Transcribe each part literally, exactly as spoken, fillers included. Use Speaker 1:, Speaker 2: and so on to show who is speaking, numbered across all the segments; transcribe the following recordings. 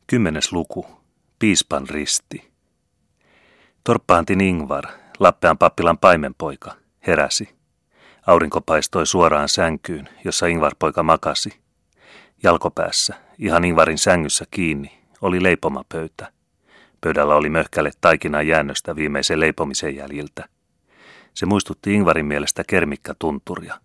Speaker 1: Kymmenes luku. Piispan risti. Torppaantin Ingvar, Lappean pappilan paimenpoika, heräsi. Aurinko paistoi suoraan sänkyyn, jossa Ingvar-poika makasi. Jalkopäässä, ihan Ingvarin sängyssä kiinni, oli leipomapöytä. Pöydällä oli möhkäle taikinan jäännöstä viimeisen leipomisen jäljiltä. Se muistutti Ingvarin mielestä kermikkatunturia.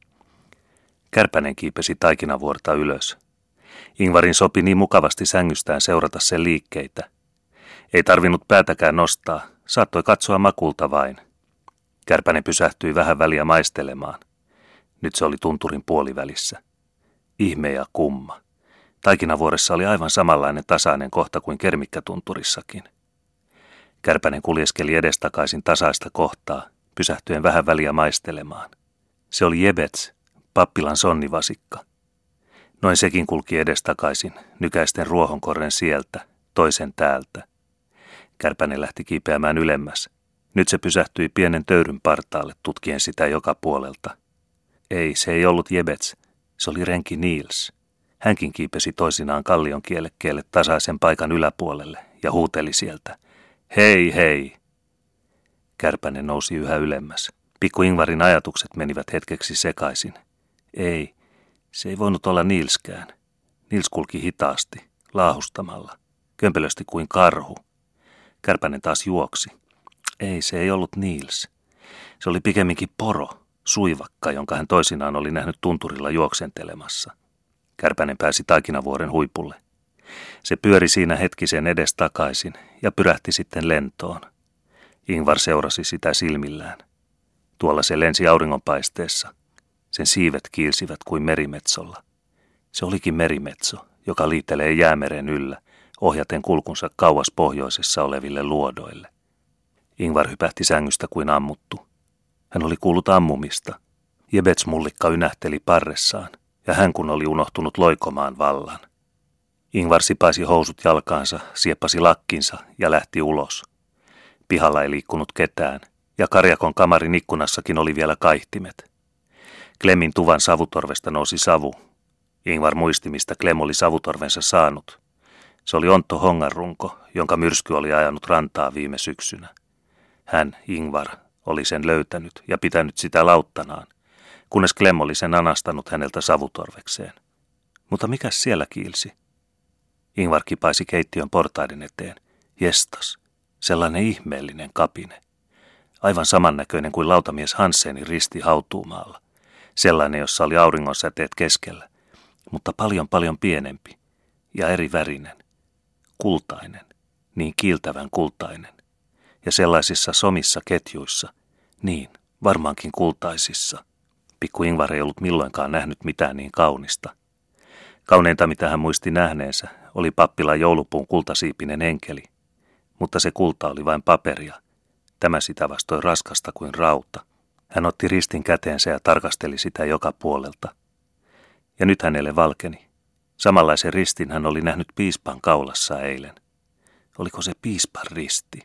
Speaker 1: Kärpänen kiipesi taikinavuorta ylös. Ingvarin sopi niin mukavasti sängystään seurata sen liikkeitä. Ei tarvinnut päätäkään nostaa, saattoi katsoa makulta vain. Kärpänen pysähtyi vähän väliä maistelemaan. Nyt se oli tunturin puolivälissä. Ihme ja kumma. Taikinavuoressa oli aivan samanlainen tasainen kohta kuin kermikkätunturissakin. Kärpänen kuljeskeli edestakaisin tasaista kohtaa, pysähtyen vähän väliä maistelemaan. Se oli Jebets, pappilan sonnivasikka. Noin sekin kulki edestakaisin, nykäisten ruohonkorren sieltä, toisen täältä. Kärpänen lähti kiipeämään ylemmäs. Nyt se pysähtyi pienen töyryn partaalle tutkien sitä joka puolelta. Ei, se ei ollut Jebets, se oli renki Niels. Hänkin kiipesi toisinaan kallion kielekkeelle tasaisen paikan yläpuolelle ja huuteli sieltä. Hei, hei! Kärpänen nousi yhä ylemmäs. Pikku Ingvarin ajatukset menivät hetkeksi sekaisin. Ei, se ei voinut olla Nielskään. Niels kulki hitaasti, laahustamalla, kömpelösti kuin karhu. Kärpänen taas juoksi. Ei, se ei ollut Niels. Se oli pikemminkin poro, suivakka, jonka hän toisinaan oli nähnyt tunturilla juoksentelemassa. Kärpänen pääsi taikinavuoren huipulle. Se pyöri siinä hetkisen edestakaisin ja pyrähti sitten lentoon. Ingvar seurasi sitä silmillään. Tuolla se lensi auringonpaisteessa. Sen siivet kiilsivät kuin merimetsolla. Se olikin merimetso, joka liittelee jäämeren yllä, ohjaten kulkunsa kauas pohjoisessa oleville luodoille. Ingvar hypähti sängystä kuin ammuttu. Hän oli kuullut ammumista. Jebets mullikka ynähteli parressaan, ja hän kun oli unohtunut loikomaan vallan. Ingvar sipaisi housut jalkaansa, sieppasi lakkinsa ja lähti ulos. Pihalla ei liikkunut ketään, ja karjakon kamarin ikkunassakin oli vielä kaihtimet. Klemmin tuvan savutorvesta nousi savu. Ingvar muisti, mistä Klem oli savutorvensa saanut. Se oli Ontto Honganrunko, jonka myrsky oli ajanut rantaa viime syksynä. Hän, Ingvar, oli sen löytänyt ja pitänyt sitä lauttanaan, kunnes Klem oli sen anastanut häneltä savutorvekseen. Mutta mikäs siellä kiilsi? Ingvar kipaisi keittiön portaiden eteen. Jestas, sellainen ihmeellinen kapine. Aivan samannäköinen kuin lautamies Hansenin risti hautuumaalla. Sellainen, jossa oli auringonsäteet keskellä, mutta paljon paljon pienempi ja eri värinen. Kultainen, niin kiiltävän kultainen. Ja sellaisissa somissa ketjuissa, niin, varmaankin kultaisissa. Pikku Ingvar ei ollut milloinkaan nähnyt mitään niin kaunista. Kauneinta, mitä hän muisti nähneensä, oli pappilan joulupuun kultasiipinen enkeli. Mutta se kulta oli vain paperia. Tämä sitä vastoin raskasta kuin rauta. Hän otti ristin käteensä ja tarkasteli sitä joka puolelta. Ja nyt hänelle valkeni. Samanlaisen ristin hän oli nähnyt piispan kaulassa eilen. Oliko se piispan risti?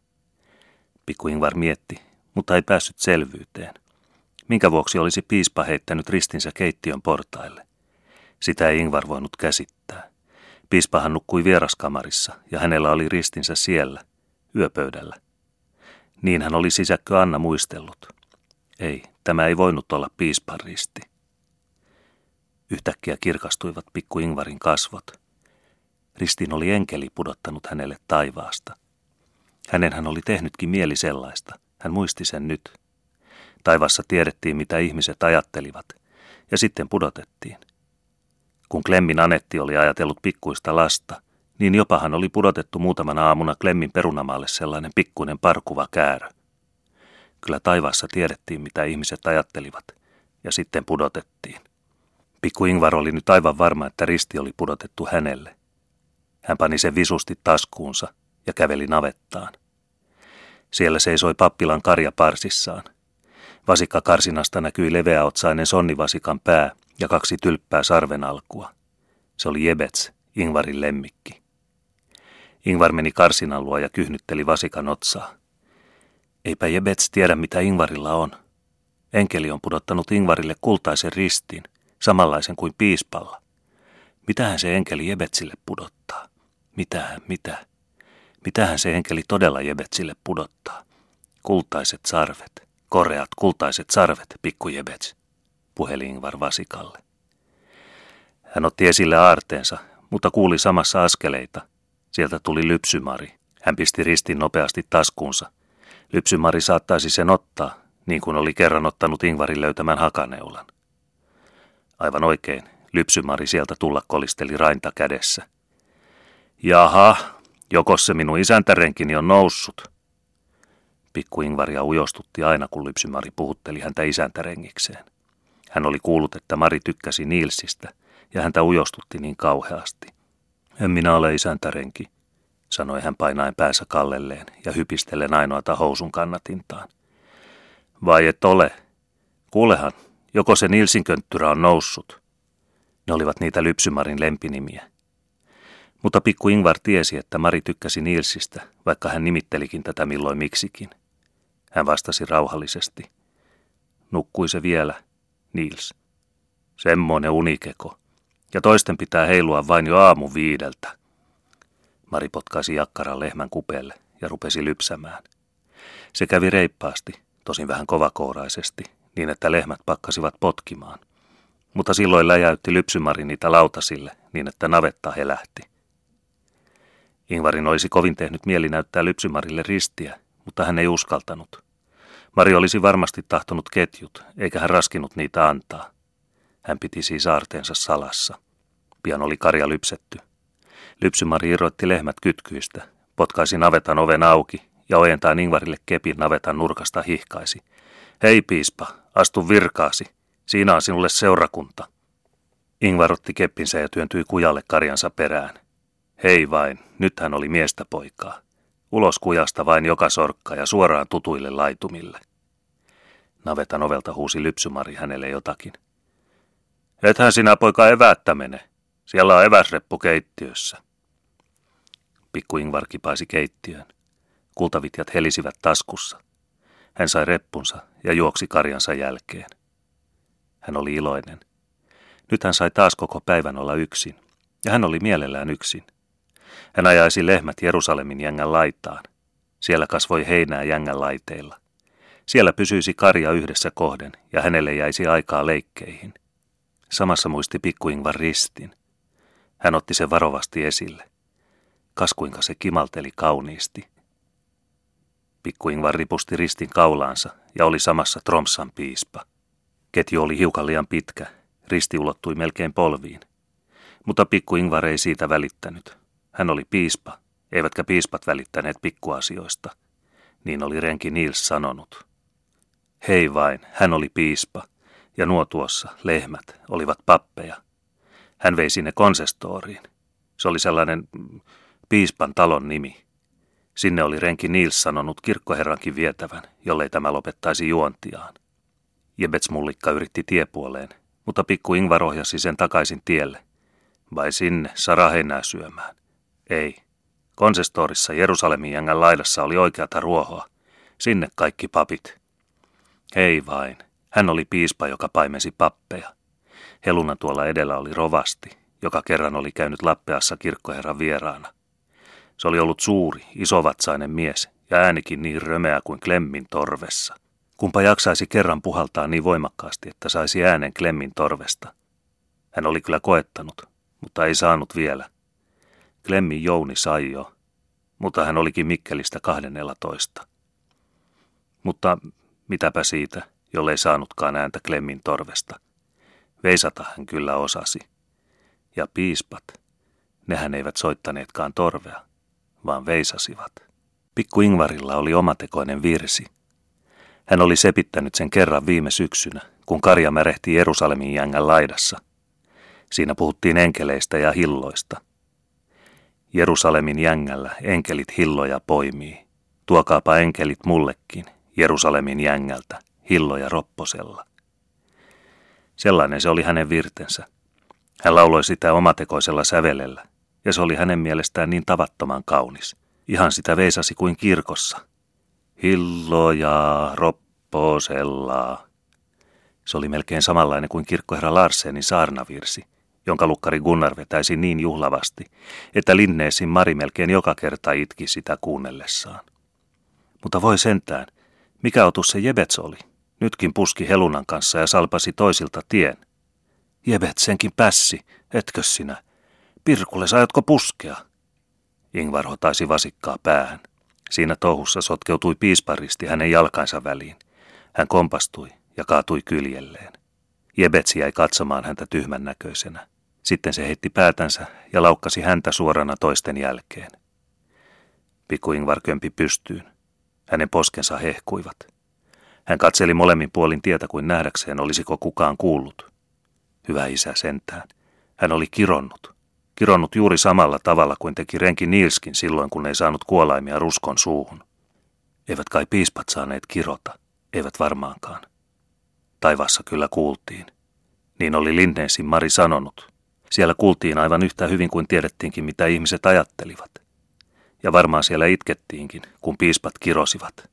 Speaker 1: Pikku Ingvar mietti, mutta ei päässyt selvyyteen. Minkä vuoksi olisi piispa heittänyt ristinsä keittiön portaille? Sitä ei Ingvar voinut käsittää. Piispahan nukkui vieraskamarissa ja hänellä oli ristinsä siellä, yöpöydällä. Niin hän oli sisäkkö Anna muistellut. Ei, tämä ei voinut olla piispan risti. Yhtäkkiä kirkastuivat pikku Ingvarin kasvot. Ristin oli enkeli pudottanut hänelle taivaasta. Hänenhän oli tehnytkin mieli sellaista. Hän muisti sen nyt. Taivaassa tiedettiin, mitä ihmiset ajattelivat, ja sitten pudotettiin. Kun Klemmin Anetti oli ajatellut pikkuista lasta, niin jopahan oli pudotettu muutamana aamuna Klemmin perunamaalle sellainen pikkuinen parkuva käärö. Kyllä taivaassa tiedettiin, mitä ihmiset ajattelivat, ja sitten pudotettiin. Pikku Ingvar oli nyt aivan varma, että risti oli pudotettu hänelle. Hän pani sen visusti taskuunsa ja käveli navettaan. Siellä seisoi pappilan karja parsissaan. Vasikkakarsinasta näkyi leveäotsainen sonnivasikan pää ja kaksi tylppää sarvenalkua. Se oli Jebets, Ingvarin lemmikki. Ingvar meni karsinan luo ja kyhnytteli vasikan otsaa. Eipä Jebets tiedä, mitä Ingvarilla on. Enkeli on pudottanut Ingvarille kultaisen ristin, samanlaisen kuin piispalla. Mitähän se enkeli Jebetsille pudottaa? Mitähän, mitä? Mitähän se enkeli todella Jebetsille pudottaa? Kultaiset sarvet, koreat kultaiset sarvet, pikku Jebets, puheli Ingvar vasikalle. Hän otti esille aarteensa, mutta kuuli samassa askeleita. Sieltä tuli Lypsymari. Hän pisti ristin nopeasti taskuunsa. Lypsymari saattaisi sen ottaa, niin kuin oli kerran ottanut Ingvarin löytämän hakaneulan. Aivan oikein, Lypsymari sieltä tulla kolisteli rainta kädessä. Jaha, jokos se minun isäntärenkini on noussut. Pikku Ingvaria ujostutti aina, kun Lypsymari puhutteli häntä isäntärengikseen. Hän oli kuullut, että Mari tykkäsi Nilsistä, ja häntä ujostutti niin kauheasti. En minä ole isäntärenki, sanoi hän painaen päänsä kallelleen ja hypistellen ainoata housun kannatintaan. Vai et ole? Kuulehan, joko se Nilsin könttyrä on noussut. Ne olivat niitä Lypsymarin lempinimiä. Mutta pikku Ingvar tiesi, että Mari tykkäsi Nilsistä, vaikka hän nimittelikin tätä milloin miksikin. Hän vastasi rauhallisesti. Nukkui se vielä, Nils. Semmoinen unikeko. Ja toisten pitää heilua vain jo aamu viideltä. Mari potkaisi jakkaran lehmän kupeelle ja rupesi lypsämään. Se kävi reippaasti, tosin vähän kovakouraisesti, niin että lehmät pakkasivat potkimaan. Mutta silloin läjäytti Lypsymari niitä lautasille, niin että navetta helähti. Ingvarin olisi kovin tehnyt mieli näyttää Lypsymarille ristiä, mutta hän ei uskaltanut. Mari olisi varmasti tahtonut ketjut, eikä hän raskinut niitä antaa. Hän piti siis aarteensa salassa. Pian oli karja lypsetty. Lypsymari irrotti lehmät kytkyistä, potkaisi navetan oven auki ja ojentaa Ingvarille kepin navetan nurkasta hihkaisi. Hei piispa, astu virkaasi. Siinä on sinulle seurakunta. Ingvar otti keppinsä ja työntyi kujalle karjansa perään. Hei vain, nyt hän oli miestä poikaa. Ulos kujasta vain joka sorkka ja suoraan tutuille laitumille. Navetan ovelta huusi Lypsymari hänelle jotakin. Ethän sinä poika evättä mene. Siellä on eväsreppu keittiössä. Pikku Ingvar kipaisi keittiöön. Kultavitjat helisivät taskussa. Hän sai reppunsa ja juoksi karjansa jälkeen. Hän oli iloinen. Nyt hän sai taas koko päivän olla yksin. Ja hän oli mielellään yksin. Hän ajaisi lehmät Jerusalemin jängän laitaan. Siellä kasvoi heinää jängän laiteilla. Siellä pysyisi karja yhdessä kohden ja hänelle jäisi aikaa leikkeihin. Samassa muisti pikku Ingvar ristin. Hän otti sen varovasti esille. Kas kuinka se kimalteli kauniisti. Pikku Ingvar ripusti ristin kaulaansa ja oli samassa Tromssan piispa. Ketju oli hiukan liian pitkä, risti ulottui melkein polviin. Mutta pikku Ingvar ei siitä välittänyt. Hän oli piispa, eivätkä piispat välittäneet pikkuasioista. Niin oli renki Nils sanonut. Hei vain, hän oli piispa, ja nuo tuossa, lehmät, olivat pappeja. Hän vei sinne konsestoriin. Se oli sellainen piispan talon nimi. Sinne oli renki Nils sanonut kirkkoherrankin vietävän, jollei tämä lopettaisi juontiaan. Jebets mullikka yritti tiepuoleen, mutta pikku Ingvar ohjasi sen takaisin tielle. Vai sinne, saraheinää syömään. Ei. Konsestorissa Jerusalemin jängän laidassa oli oikeata ruohoa. Sinne kaikki papit. Hei vain. Hän oli piispa, joka paimensi pappeja. Heluna tuolla edellä oli rovasti, joka kerran oli käynyt Lappeassa kirkkoherran vieraana. Se oli ollut suuri, isovatsainen mies ja äänikin niin römeä kuin Klemmin torvessa. Kumpa jaksaisi kerran puhaltaa niin voimakkaasti, että saisi äänen Klemmin torvesta. Hän oli kyllä koettanut, mutta ei saanut vielä. Klemmin Jouni sai jo, mutta hän olikin Mikkelistä kahdennellatoista. Mutta mitäpä siitä, jollei saanutkaan ääntä Klemmin torvesta. Veisata hän kyllä osasi. Ja piispat, nehän eivät soittaneetkaan torvea, vaan veisasivat. Pikku Ingvarilla oli omatekoinen virsi. Hän oli sepittänyt sen kerran viime syksynä, kun karja märehti Jerusalemin jängän laidassa. Siinä puhuttiin enkeleistä ja hilloista. Jerusalemin jängällä enkelit hilloja poimii. Tuokaapa enkelit mullekin, Jerusalemin jängältä, hilloja ropposella. Sellainen se oli hänen virtensä. Hän lauloi sitä omatekoisella sävelellä, ja se oli hänen mielestään niin tavattoman kaunis. Ihan sitä veisasi kuin kirkossa. Hilloja ropposella. Se oli melkein samanlainen kuin kirkkoherra Larsenin saarnavirsi, jonka lukkari Gunnar vetäisi niin juhlavasti, että Linneesin Mari melkein joka kerta itki sitä kuunnellessaan. Mutta voi sentään, mikä otus se Jebets oli? Nytkin puski Helunan kanssa ja salpasi toisilta tien. Jebetsenkin pässi, etkö sinä? Pirkulle, saatko puskea? Ingvar hotaisi vasikkaa päähän. Siinä touhussa sotkeutui piisparisti hänen jalkansa väliin. Hän kompastui ja kaatui kyljelleen. Jebets jäi katsomaan häntä tyhmän näköisenä. Sitten se heitti päätänsä ja laukkasi häntä suorana toisten jälkeen. Pikku Ingvar kömpi pystyyn. Hänen poskensa hehkuivat. Hän katseli molemmin puolin tietä kuin nähdäkseen, olisiko kukaan kuullut. Hyvä isä sentään. Hän oli kironnut. Kironnut juuri samalla tavalla kuin teki renki Nielskin silloin, kun ei saanut kuolaimia ruskon suuhun. Eivät kai piispat saaneet kirota. Eivät varmaankaan. Taivaassa kyllä kuultiin. Niin oli Linneesin Mari sanonut. Siellä kuultiin aivan yhtä hyvin kuin tiedettiinkin, mitä ihmiset ajattelivat. Ja varmaan siellä itkettiinkin, kun piispat kirosivat.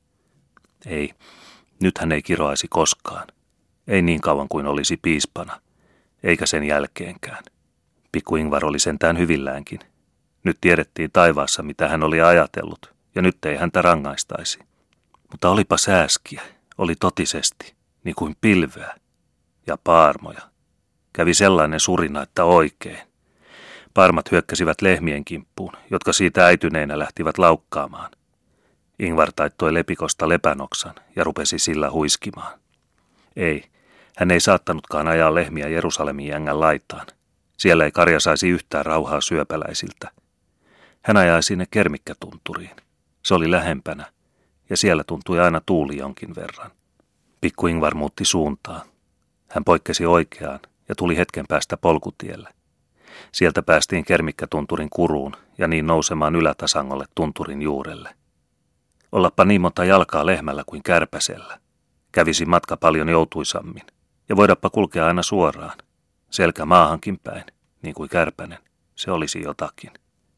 Speaker 1: Ei, nyt hän ei kiroaisi koskaan. Ei niin kauan kuin olisi piispana, eikä sen jälkeenkään. Pikku Ingvar oli sentään hyvilläänkin. Nyt tiedettiin taivaassa, mitä hän oli ajatellut, ja nyt ei häntä rangaistaisi. Mutta olipa sääskiä, oli totisesti, niin kuin pilveä ja paarmoja. Kävi sellainen surina, että oikein. Paarmat hyökkäsivät lehmien kimppuun, jotka siitä äityneinä lähtivät laukkaamaan. Ingvar taittoi lepikosta lepänoksan ja rupesi sillä huiskimaan. Ei, hän ei saattanutkaan ajaa lehmiä Jerusalemin jängän laitaan. Siellä ei karja saisi yhtään rauhaa syöpäläisiltä. Hän ajai sinne Kermikkätunturiin. Se oli lähempänä, ja siellä tuntui aina tuuli jonkin verran. Pikku Ingvar muutti suuntaa. Hän poikkesi oikeaan ja tuli hetken päästä polkutielle. Sieltä päästiin Kermikkätunturin kuruun ja niin nousemaan ylätasangolle tunturin juurelle. Ollappa niin monta jalkaa lehmällä kuin kärpäsellä. Kävisi matka paljon joutuisammin. Ja voidappa kulkea aina suoraan. Selkä maahankin päin, niin kuin kärpänen. Se olisi jotakin.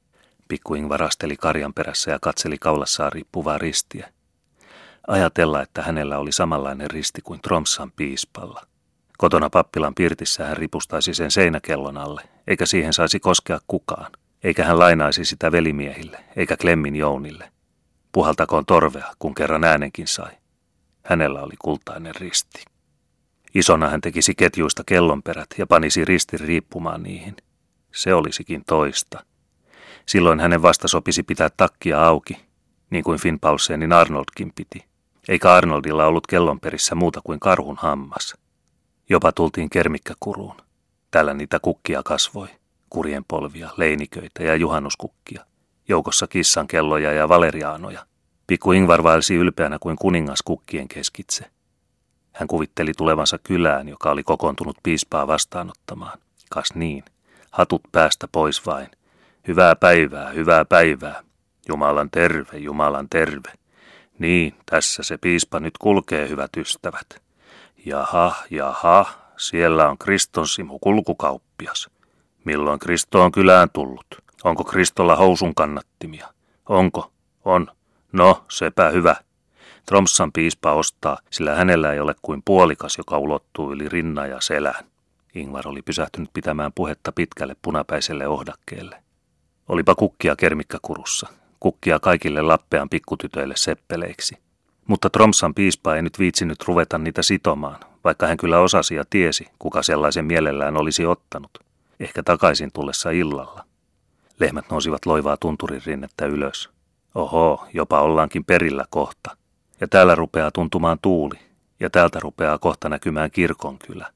Speaker 1: Pikku Ingvar asteli karjan perässä ja katseli kaulassaan riippuvaa ristiä. Ajatella, että hänellä oli samanlainen risti kuin Tromssan piispalla. Kotona pappilan pirtissä hän ripustaisi sen seinäkellon alle, eikä siihen saisi koskea kukaan. Eikä hän lainaisi sitä velimiehille, eikä Klemmin Jounille. Puhaltakoon torvea, kun kerran äänenkin sai. Hänellä oli kultainen risti. Isona hän tekisi ketjuista kellonperät ja panisi ristin riippumaan niihin. Se olisikin toista. Silloin hänen vasta sopisi pitää takkia auki, niin kuin Finn Paulsenin Arnoldkin piti. Eikä Arnoldilla ollut kellonperissä muuta kuin karhun hammas. Jopa tultiin Kermikkäkuruun. Täällä niitä kukkia kasvoi. Kurjenpolvia, leiniköitä ja juhannuskukkia. Joukossa kissan kelloja ja valeriaanoja. Pikku Ingvar vaelsi ylpeänä kuin kuningas kukkien keskitse. Hän kuvitteli tulevansa kylään, joka oli kokoontunut piispaa vastaanottamaan. Kas niin, hatut päästä pois vain. Hyvää päivää, hyvää päivää. Jumalan terve, Jumalan terve. Niin, tässä se piispa nyt kulkee, hyvät ystävät. Jaha, jaha, siellä on Kriston Simu kulkukauppias. Milloin Kristo on kylään tullut? Onko Kristolla housun kannattimia? Onko? On. No, sepä hyvä. Tromssan piispa ostaa, sillä hänellä ei ole kuin puolikas, joka ulottuu yli rinnan ja selän. Ingvar oli pysähtynyt pitämään puhetta pitkälle punapäiselle ohdakkeelle. Olipa kukkia Kermikkäkurussa. Kukkia kaikille Lappean pikkutytöille seppeleiksi. Mutta Tromssan piispa ei nyt viitsinyt ruveta niitä sitomaan, vaikka hän kyllä osasi ja tiesi, kuka sellaisen mielellään olisi ottanut. Ehkä takaisin tullessa illalla. Lehmät nousivat loivaa tunturin rinnettä ylös. Oho, jopa ollaankin perillä kohta. Ja täällä rupeaa tuntumaan tuuli, ja täältä rupeaa kohta näkymään kirkonkylä.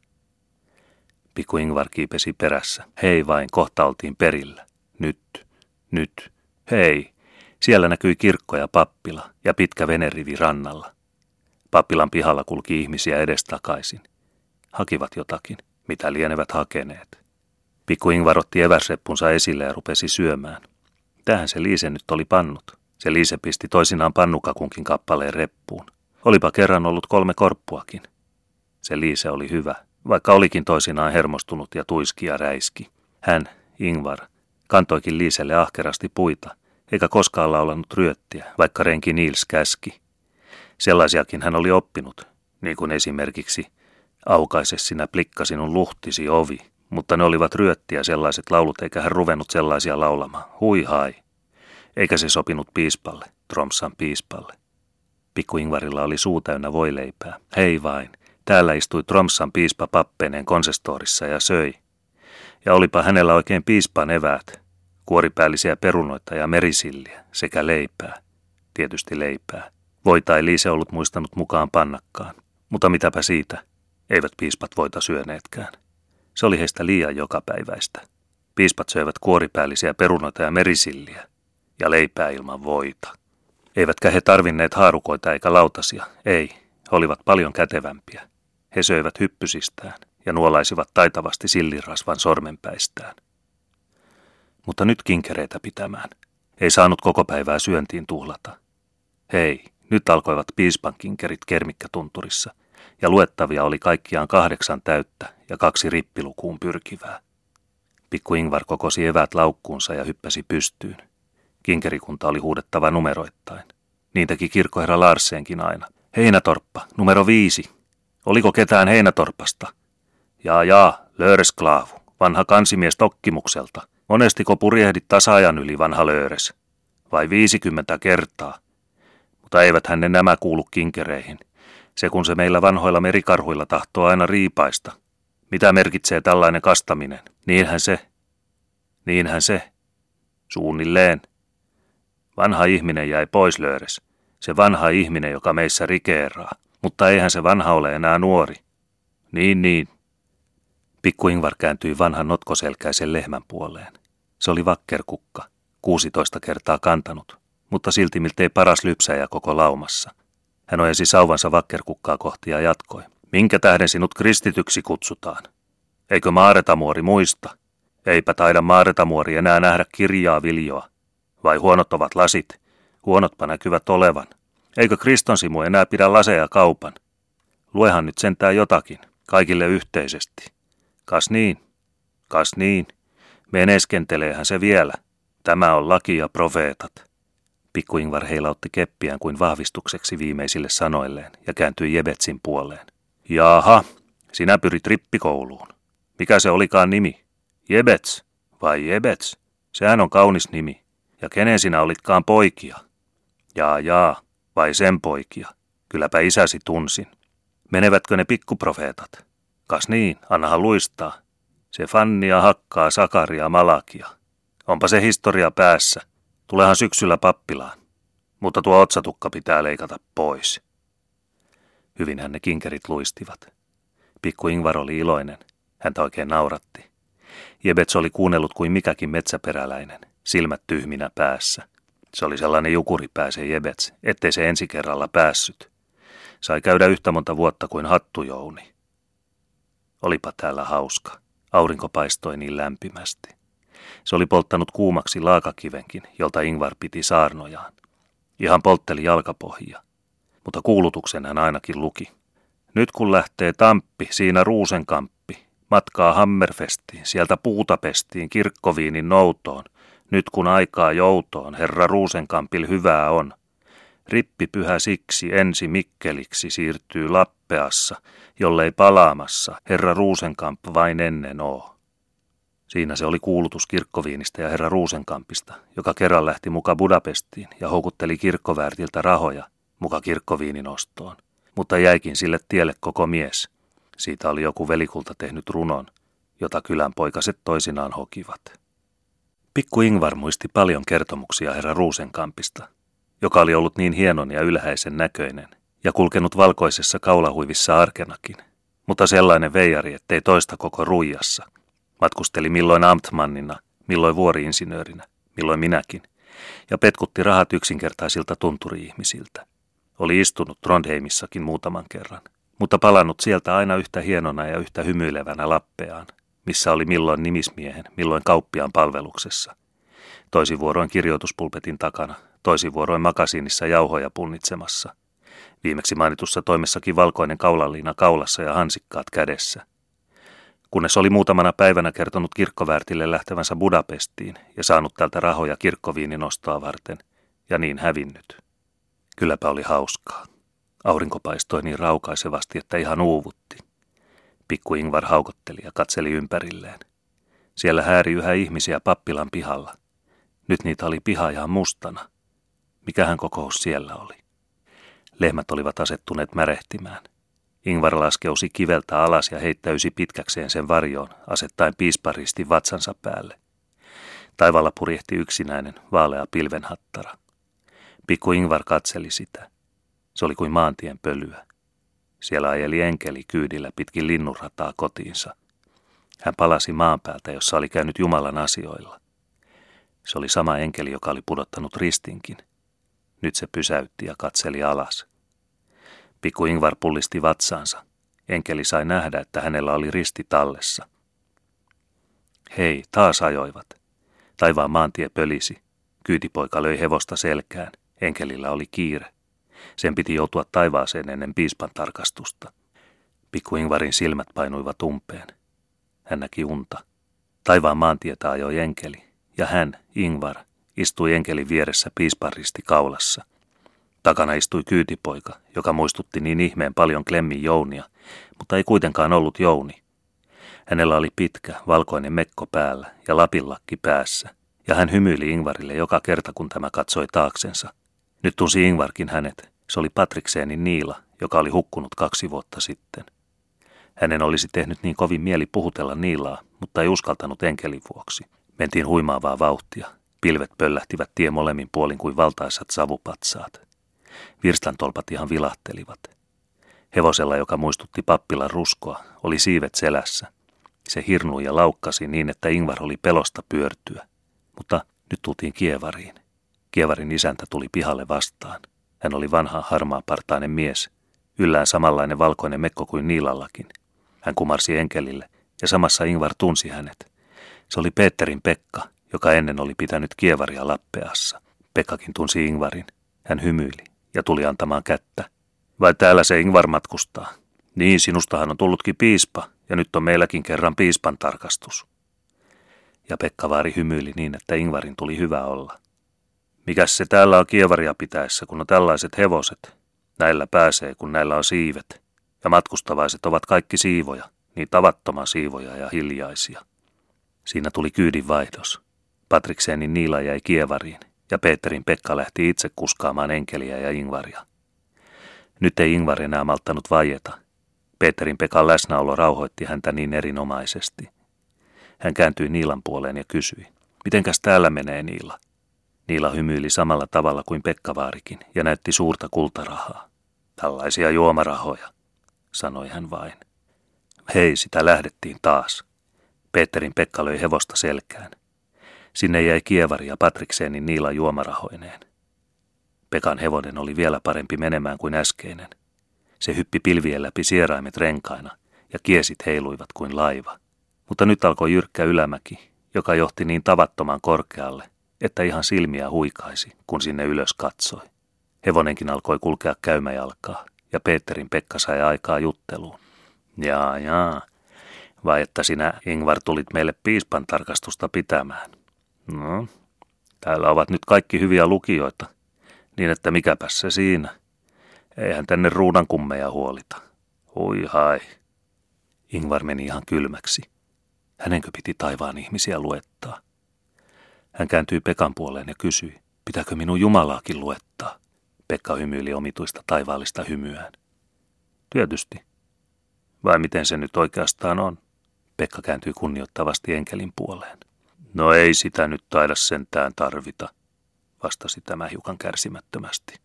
Speaker 1: Pikku Ingvar kiipesi perässä. Hei vain, kohta oltiin perillä. Nyt, nyt, hei. Siellä näkyi kirkko ja pappila ja pitkä venerivi rannalla. Pappilan pihalla kulki ihmisiä edestakaisin. Hakivat jotakin, mitä lienevät hakeneet. Pikku Ingvar otti eväsreppunsa esille ja rupesi syömään. Tähän se Liise nyt oli pannut. Se Liise pisti toisinaan pannukakunkin kappaleen reppuun. Olipa kerran ollut kolme korppuakin. Se Liise oli hyvä, vaikka olikin toisinaan hermostunut ja tuiski ja räiski. Hän, Ingvar, kantoikin Liiselle ahkerasti puita, eikä koskaan laulanut ryöttiä, vaikka renki Niels käski. Sellaisiakin hän oli oppinut, niin kuin esimerkiksi aukaise sinä plikka sinun luhtisi ovi, mutta ne olivat ryöttiä sellaiset laulut, eikä hän ruvennut sellaisia laulamaan. Hui hai. Eikä se sopinut piispalle, Tromssan piispalle. Pikku Ingvarilla oli suu täynnä voileipää. Hei vain, täällä istui Tromssan piispa pappeineen konsestorissa ja söi. Ja olipa hänellä oikein piispan eväät, kuoripäällisiä perunoita ja merisilliä sekä leipää. Tietysti leipää. Voita ei Liise ollut muistanut mukaan pannakkaan. Mutta mitäpä siitä, eivät piispat voita syöneetkään. Se oli heistä liian jokapäiväistä. Piispat söivät kuoripäällisiä perunoita ja merisilliä ja leipää ilman voita. Eivätkä he tarvinneet haarukoita eikä lautasia, ei, he olivat paljon kätevämpiä. He söivät hyppysistään ja nuolaisivat taitavasti sillirasvan sormenpäistään. Mutta nyt kinkereitä pitämään. Ei saanut koko päivää syöntiin tuhlata. Hei, nyt alkoivat piispan kinkerit Kermikkätunturissa, ja luettavia oli kaikkiaan kahdeksan täyttä ja kaksi rippilukuun pyrkivää. Pikku Ingvar kokosi eväät laukkuunsa ja hyppäsi pystyyn. Kinkerikunta oli huudettava numeroittain. Niin teki kirkkoherra Larsenkin aina. Heinätorppa, numero viisi. Oliko ketään Heinätorpasta? Jaa, jaa, Lööresklaavu, vanha kansimies Tokkimukselta. Monestiko purjehdit tasaajan yli, vanha Lööres? Vai viisikymmentä kertaa? Mutta eivät hänen nämä kuulu kinkereihin. Se kun se meillä vanhoilla merikarhuilla tahtoo aina riipaista. Mitä merkitsee tällainen kastaminen? Niinhän se. Niinhän se. Suunnilleen. Vanha ihminen jäi pois, Lööres. Se vanha ihminen, joka meissä rikeeraa. Mutta eihän se vanha ole enää nuori. Niin, niin. Pikku Ingvar kääntyi vanhan notkoselkäisen lehmän puoleen. Se oli vakkerkukka, kuusitoista kertaa kantanut, mutta silti miltei paras lypsäjä koko laumassa. Hän ojensi sauvansa vakkerkukkaa kohti ja jatkoi. Minkä tähden sinut kristityksi kutsutaan? Eikö Maaretamuori muista? Eipä taida Maaretamuori enää nähdä kirjaa viljoa. Vai huonot ovat lasit? Huonotpa näkyvät olevan. Eikö Kristonsimu enää pidä laseja kaupan? Luehan nyt sentään jotakin, kaikille yhteisesti. Kas niin, kas niin. Meneskenteleehän se vielä. Tämä on laki ja profeetat. Pikku Ingvar heilautti keppiään kuin vahvistukseksi viimeisille sanoilleen ja kääntyi Jebetsin puoleen. Jaha, sinä pyrit rippikouluun. Mikä se olikaan nimi? Jebets vai Jebets? Sehän on kaunis nimi. Ja kenen sinä olitkaan poikia? Jaa, jaa, vai sen poikia? Kylläpä isäsi tunsin. Menevätkö ne pikkuprofeetat? Kas niin, annahan luistaa. Se Fannia hakkaa Sakaria Malakia. Onpa se historia päässä. Tulehan syksyllä pappilaan. Mutta tuo otsatukka pitää leikata pois. Hyvinhän ne kinkerit luistivat. Pikku Ingvar oli iloinen. Häntä oikein nauratti. Jebets oli kuunnellut kuin mikäkin metsäperäläinen, silmät tyhminä päässä. Se oli sellainen jukuripää se Jebets, ettei se ensi kerralla päässyt. Sai käydä yhtä monta vuotta kuin Hattujouni. Olipa täällä hauska. Aurinko paistoi niin lämpimästi. Se oli polttanut kuumaksi laakakivenkin, jolta Ingvar piti saarnojaan. Ihan poltteli jalkapohjia. Mutta kuulutuksen hän ainakin luki. Nyt kun lähtee Tamppi, siinä Ruusenkamppi, matkaa Hammerfestiin, sieltä Puutapestiin, Kirkkoviinin noutoon. Nyt kun aikaa joutoon, herra Ruusenkampil hyvää on. Rippipyhä siksi ensi Mikkeliksi siirtyy Lappeassa, jollei palaamassa, herra Ruusenkamp vain ennen oo. Siinä se oli kuulutus Kirkkoviinistä ja herra Ruusenkampista, joka kerran lähti muka Budapestiin ja houkutteli kirkkoväärtiltä rahoja muka Kirkkoviinin ostoon. Mutta jäikin sille tielle koko mies. Siitä oli joku velikulta tehnyt runon, jota kylän poikaset toisinaan hokivat. Pikku Ingvar muisti paljon kertomuksia herra Ruusenkampista, joka oli ollut niin hienon ja ylhäisen näköinen ja kulkenut valkoisessa kaulahuivissa arkenakin, mutta sellainen veijari, ettei toista koko ruijassa. Matkusteli milloin amtmannina, milloin vuori-insinöörinä, milloin minäkin, ja petkutti rahat yksinkertaisilta tunturi-ihmisiltä. Oli istunut Trondheimissakin muutaman kerran, mutta palannut sieltä aina yhtä hienona ja yhtä hymyilevänä Lappeaan, missä oli milloin nimismiehen, milloin kauppiaan palveluksessa. Toisin vuoroin kirjoituspulpetin takana, toisin vuoroin makasiinissa jauhoja punnitsemassa. Viimeksi mainitussa toimessakin valkoinen kaulanliina kaulassa ja hansikkaat kädessä. Kunnes oli muutamana päivänä kertonut kirkkoväärtille lähtevänsä Budapestiin ja saanut tältä rahoja kirkkoviinin ostoa varten, ja niin hävinnyt. Kylläpä oli hauskaa. Aurinko paistoi niin raukaisevasti, että ihan uuvutti. Pikku Ingvar haukotteli ja katseli ympärilleen. Siellä hääri yhä ihmisiä pappilan pihalla. Nyt niitä oli piha ihan mustana. Mikähän kokous siellä oli? Lehmät olivat asettuneet märehtimään. Ingvar laskeusi kiveltä alas ja heittäysi pitkäkseen sen varjoon, asettaen piisparistin vatsansa päälle. Taivaalla purjehti yksinäinen, vaalea pilvenhattara. Pikku Ingvar katseli sitä. Se oli kuin maantien pölyä. Siellä ajeli enkeli kyydillä pitkin linnunrataa kotiinsa. Hän palasi maan päältä, jossa oli käynyt Jumalan asioilla. Se oli sama enkeli, joka oli pudottanut ristinkin. Nyt se pysäytti ja katseli alas. Pikku Ingvar pullisti vatsaansa. Enkeli sai nähdä, että hänellä oli risti tallessa. Hei, taas ajoivat. Taivaan maantie pölisi. Kyytipoika löi hevosta selkään. Enkelillä oli kiire. Sen piti joutua taivaaseen ennen piispan tarkastusta. Pikku Ingvarin silmät painuivat umpeen. Hän näki unta. Taivaan maantietä ajoi enkeli, ja hän, Ingvar, istui enkelin vieressä piispan risti kaulassa. Takana istui kyytipoika, joka muistutti niin ihmeen paljon Klemmin Jounia, mutta ei kuitenkaan ollut Jouni. Hänellä oli pitkä, valkoinen mekko päällä ja lapinlakki päässä, ja hän hymyili Ingvarille joka kerta, kun tämä katsoi taaksensa. Nyt tunsi Ingvarkin hänet. Se oli Patrikseenin Niila, joka oli hukkunut kaksi vuotta sitten. Hänen olisi tehnyt niin kovin mieli puhutella Niilaa, mutta ei uskaltanut enkelin vuoksi. Mentiin huimaavaa vauhtia. Pilvet pöllähtivät tie molemmin puolin kuin valtaisat savupatsaat. Virstantolpat ihan vilahtelivat. Hevosella, joka muistutti pappilan ruskoa, oli siivet selässä. Se hirnui ja laukkasi niin, että Ingvar oli pelosta pyörtyä. Mutta nyt tultiin kievariin. Kievarin isäntä tuli pihalle vastaan. Hän oli vanha harmaapartainen mies, yllään samanlainen valkoinen mekko kuin Niilallakin. Hän kumarsi enkelille, ja samassa Ingvar tunsi hänet. Se oli Peterin Pekka, joka ennen oli pitänyt kievaria Lappeassa. Pekkakin tunsi Ingvarin. Hän hymyili ja tuli antamaan kättä. Vai täällä se Ingvar matkustaa? Niin, sinustahan on tullutkin piispa, ja nyt on meilläkin kerran piispan tarkastus. Ja Pekka vaari hymyili niin, että Ingvarin tuli hyvä olla. Mikäs se täällä on kievaria pitäessä, kun on tällaiset hevoset? Näillä pääsee, kun näillä on siivet. Ja matkustavaiset ovat kaikki siivoja, niin tavattoman siivoja ja hiljaisia. Siinä tuli kyydin vaihdos. Patrikseenin Niila jäi kievariin, ja Peterin Pekka lähti itse kuskaamaan enkeliä ja Ingvaria. Nyt ei Ingvar enää malttanut vaieta. Peterin Pekan läsnäolo rauhoitti häntä niin erinomaisesti. Hän kääntyi Niilan puoleen ja kysyi, mitenkäs täällä menee Niila? Niila hymyili samalla tavalla kuin Pekkavaarikin ja näytti suurta kultarahaa. Tällaisia juomarahoja, sanoi hän vain. Hei, sitä lähdettiin taas. Peterin Pekka löi hevosta selkään. Sinne jäi kievari ja Patrikseenin Niila juomarahoineen. Pekan hevonen oli vielä parempi menemään kuin äskeinen. Se hyppi pilvien läpi sieraimet renkaina ja kiesit heiluivat kuin laiva. Mutta nyt alkoi jyrkkä ylämäki, joka johti niin tavattoman korkealle, että ihan silmiä huikaisi, kun sinne ylös katsoi. Hevonenkin alkoi kulkea käymäjalkaa, ja Peterin Pekka sai aikaa jutteluun. Jaa, jaa, vai että sinä, Ingvar, tulit meille piispan tarkastusta pitämään? No, täällä ovat nyt kaikki hyviä lukijoita, niin että mikäpäs se siinä. Eihän tänne ruudan kummeja huolita. Hui hai. Ingvar meni ihan kylmäksi. Hänenkö piti taivaan ihmisiä luettaa? Hän kääntyi Pekan puoleen ja kysyi, pitääkö minun Jumalaakin luettaa? Pekka hymyili omituista taivaallista hymyään. Tietysti. Vai miten se nyt oikeastaan on? Pekka kääntyi kunnioittavasti enkelin puoleen. No ei sitä nyt taida sentään tarvita, vastasi tämä hiukan kärsimättömästi.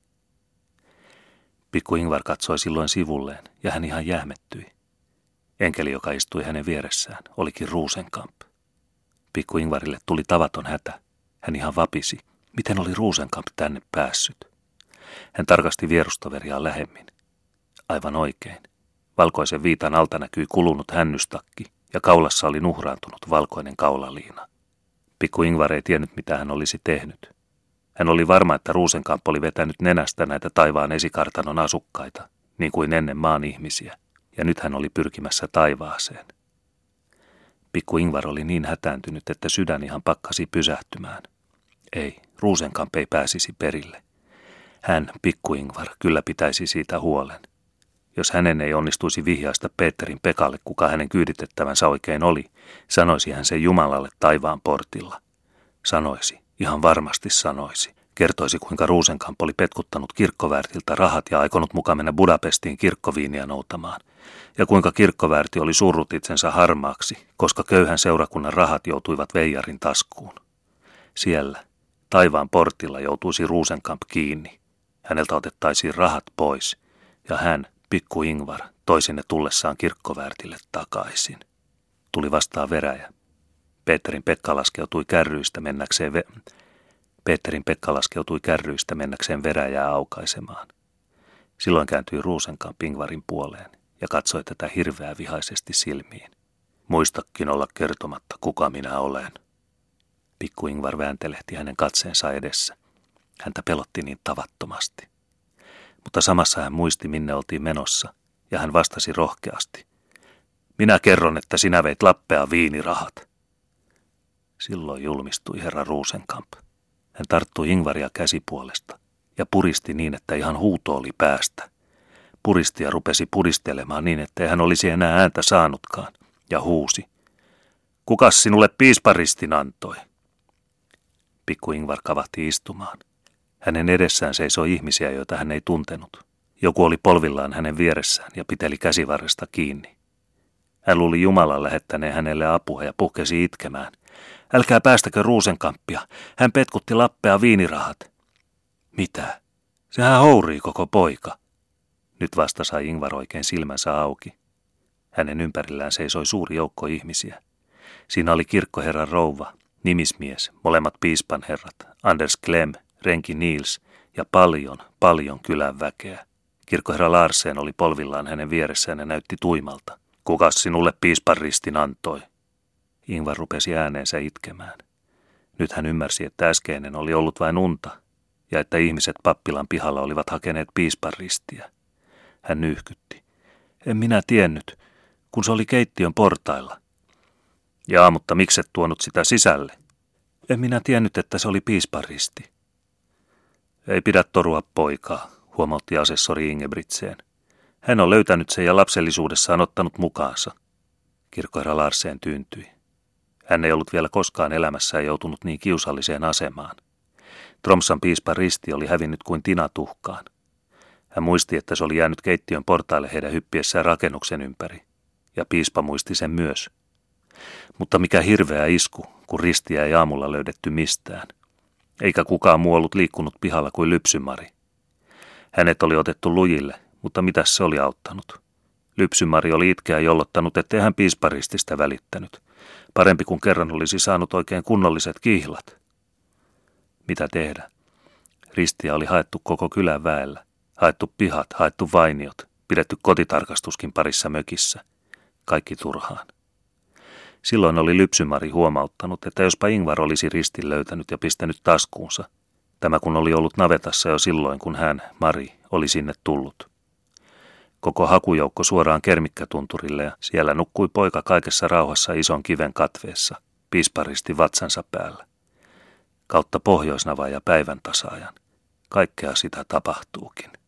Speaker 1: Pikku Ingvar katsoi silloin sivulleen ja hän ihan jähmettyi. Enkeli, joka istui hänen vieressään, olikin Rosenkamp. Pikku Ingvarille tuli tavaton hätä. Hän ihan vapisi. Miten oli Rosenkamp tänne päässyt? Hän tarkasti vierustoveriaan lähemmin. Aivan oikein. Valkoisen viitan alta näkyi kulunut hännystakki ja kaulassa oli nuhraantunut valkoinen kaulaliina. Pikku Ingvar ei tiennyt, mitä hän olisi tehnyt. Hän oli varma, että Rosenkamp oli vetänyt nenästä näitä taivaan esikartanon asukkaita, niin kuin ennen maan ihmisiä, ja nyt hän oli pyrkimässä taivaaseen. Pikku Ingvar oli niin hätääntynyt, että sydän ihan pakkasi pysähtymään. Ei, Rosenkamp ei pääsisi perille. Hän, Pikku Ingvar, kyllä pitäisi siitä huolen. Jos hänen ei onnistuisi vihjaista Peterin Pekalle, kuka hänen kyyditettävänsä oikein oli, sanoisi hän sen Jumalalle taivaan portilla. Sanoisi, ihan varmasti sanoisi. Kertoisi, kuinka Rosenkamp oli petkuttanut kirkkoväärtiltä rahat ja aikonut mukaan mennä Budapestiin kirkkoviiniä noutamaan. Ja kuinka kirkkoväärti oli surrut itsensä harmaaksi, koska köyhän seurakunnan rahat joutuivat veijarin taskuun. Siellä, taivaan portilla, joutuisi Rosenkamp kiinni. Häneltä otettaisiin rahat pois, ja hän, pikku Ingvar, toisi ne tullessaan kirkkoväärtille takaisin. Tuli vastaan veräjä. Peterin Pekka laskeutui kärryistä mennäkseen ve... Peterin Pekka laskeutui kärryistä mennäkseen veräjää aukaisemaan. Silloin kääntyi Rosenkamp Ingvarin puoleen ja katsoi tätä hirveää vihaisesti silmiin. Muistakin olla kertomatta, kuka minä olen. Pikku Ingvar vääntelehti hänen katseensa edessä. Häntä pelotti niin tavattomasti. Mutta samassa hän muisti, minne oltiin menossa, ja hän vastasi rohkeasti. Minä kerron, että sinä veit Lappea viinirahat. Silloin julmistui herra Rosenkamp. Hän tarttui Ingvaria käsipuolesta ja puristi niin, että ihan huuto oli päästä. Puristi ja rupesi puristelemaan niin, ettei hän olisi enää ääntä saanutkaan, ja huusi. Kukas sinulle piisparistin antoi? Pikku Ingvar kavahti istumaan. Hänen edessään seisoi ihmisiä, joita hän ei tuntenut. Joku oli polvillaan hänen vieressään ja piteli käsivarresta kiinni. Hän luuli Jumalan lähettäneen hänelle apua ja puhkesi itkemään. Älkää päästäkö Rosenkampia, hän petkutti Lappea viinirahat. Mitä? Sehän hourii koko poika. Nyt vasta sai Ingvar oikein silmänsä auki. Hänen ympärillään seisoi suuri joukko ihmisiä. Siinä oli kirkkoherran rouva, nimismies, molemmat piispanherrat, Anders Klem, renki Niels ja paljon, paljon kylän väkeä. Kirkkoherra Larsen oli polvillaan hänen vieressään ja näytti tuimalta. Kukas sinulle piispan ristin antoi? Ingvar rupesi ääneensä itkemään. Nyt hän ymmärsi, että äskeinen oli ollut vain unta ja että ihmiset pappilan pihalla olivat hakeneet piispan ristiä. Hän nyyhkytti. En minä tiennyt, kun se oli keittiön portailla. Jaa, mutta mikset tuonut sitä sisälle? En minä tiennyt, että se oli piispan risti. Ei pidä torua poikaa, huomautti asessori Ingebrigtsen. Hän on löytänyt sen ja lapsellisuudessaan ottanut mukaansa. Kirkkoherra Larsen tyyntyi. Hän ei ollut vielä koskaan elämässään joutunut niin kiusalliseen asemaan. Tromsan piispan risti oli hävinnyt kuin tina tuhkaan. Hän muisti, että se oli jäänyt keittiön portaille heidän hyppiessään rakennuksen ympäri. Ja piispa muisti sen myös. Mutta mikä hirveä isku, kun ristiä ei aamulla löydetty mistään. Eikä kukaan muu ollut liikkunut pihalla kuin Lypsymari. Hänet oli otettu lujille, mutta mitäs se oli auttanut? Lypsymari oli itkeä jollottanut, ettei hän piisparististä välittänyt. Parempi kuin kerran olisi saanut oikein kunnolliset kihlat. Mitä tehdä? Ristiä oli haettu koko kylän väellä. Haettu pihat, haettu vainiot, pidetty kotitarkastuskin parissa mökissä. Kaikki turhaan. Silloin oli Lypsymari huomauttanut, että jospa Ingvar olisi ristin löytänyt ja pistänyt taskuunsa. Tämä kun oli ollut navetassa jo silloin, kun hän, Mari, oli sinne tullut. Koko hakujoukko suoraan Kermikkätunturille ja siellä nukkui poika kaikessa rauhassa ison kiven katveessa, piisparisti vatsansa päällä. Kautta pohjoisnavan ja päivän tasaajan. Kaikkea sitä tapahtuukin.